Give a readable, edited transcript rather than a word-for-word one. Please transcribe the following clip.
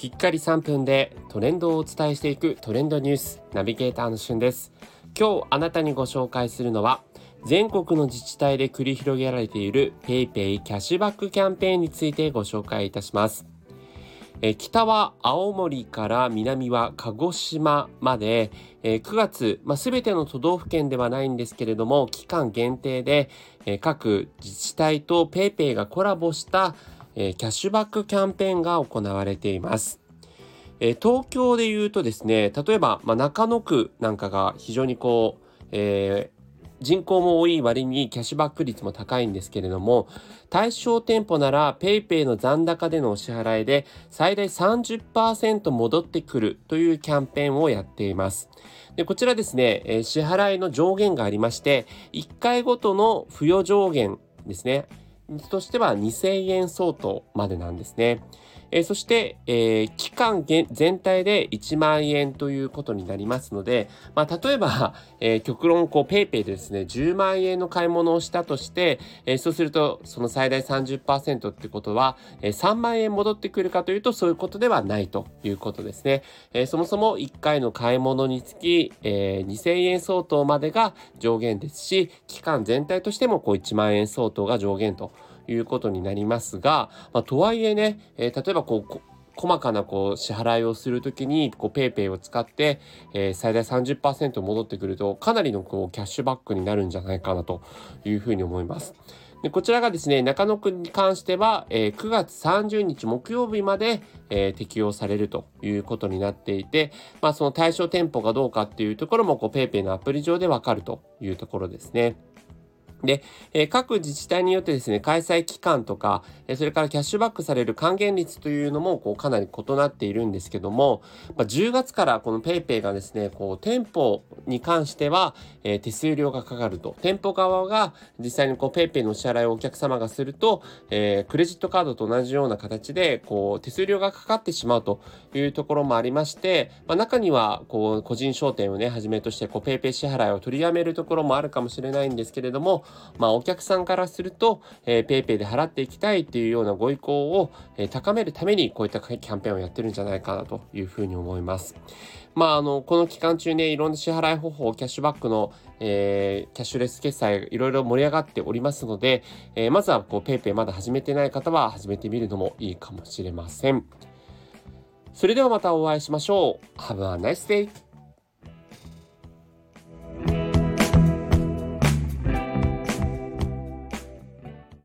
きっかり3分でトレンドをお伝えしていくトレンドニュースナビゲーターのしゅんです。今日あなたにご紹介するのは、全国の自治体で繰り広げられている PayPay キャッシュバックキャンペーンについてご紹介いたします。北は青森から南は鹿児島まで、9月、全ての都道府県ではないんですけれども、期間限定で、各自治体と PayPay がコラボしたキャッシュバックキャンペーンが行われています。東京でいうとですね、例えば、中野区なんかが非常に人口も多い割にキャッシュバック率も高いんですけれども、対象店舗なら PayPay の残高でのお支払いで最大 30% 戻ってくるというキャンペーンをやっています。でこちらですね、支払いの上限がありまして、1回ごとの付与上限ですねとしては2000円相当までなんですね。そして、期間全体で1万円ということになりますので、例えば、極論PayPay でですね10万円の買い物をしたとして、そうするとその最大 30% ってことは、3万円戻ってくるかというと、そういうことではないということですね。そもそも1回の買い物につき、2000円相当までが上限ですし、期間全体としても1万円相当が上限ということになりますが、とはいえね、例えば細かな支払いをするときにPayPayを使って、最大 30% 戻ってくると、かなりのキャッシュバックになるんじゃないかなというふうに思います。でこちらがですね、中野区に関しては、9月30日木曜日まで、適用されるということになっていて、その対象店舗がどうかっていうところもPayPay のアプリ上でわかるというところですね。で、各自治体によってですね、開催期間とか、それからキャッシュバックされる還元率というのもかなり異なっているんですけども、10月からこの PayPay がですね、店舗に関しては、手数料がかかると。店舗側が実際にPayPay の支払いをお客様がすると、クレジットカードと同じような形で手数料がかかってしまうというところもありまして、中には個人商店をねはじめとしてPayPay 支払いを取りやめるところもあるかもしれないんですけれども、お客さんからすると、PayPay で払っていきたいっていうようなご意向を、高めるためにこういったキャンペーンをやってるんじゃないかなというふうに思います。この期間中ね、いろんな支払い方法、キャッシュバックの、キャッシュレス決済いろいろ盛り上がっておりますので、まずはPayPay まだ始めてない方は始めてみるのもいいかもしれません。それではまたお会いしましょう。Have a nice day!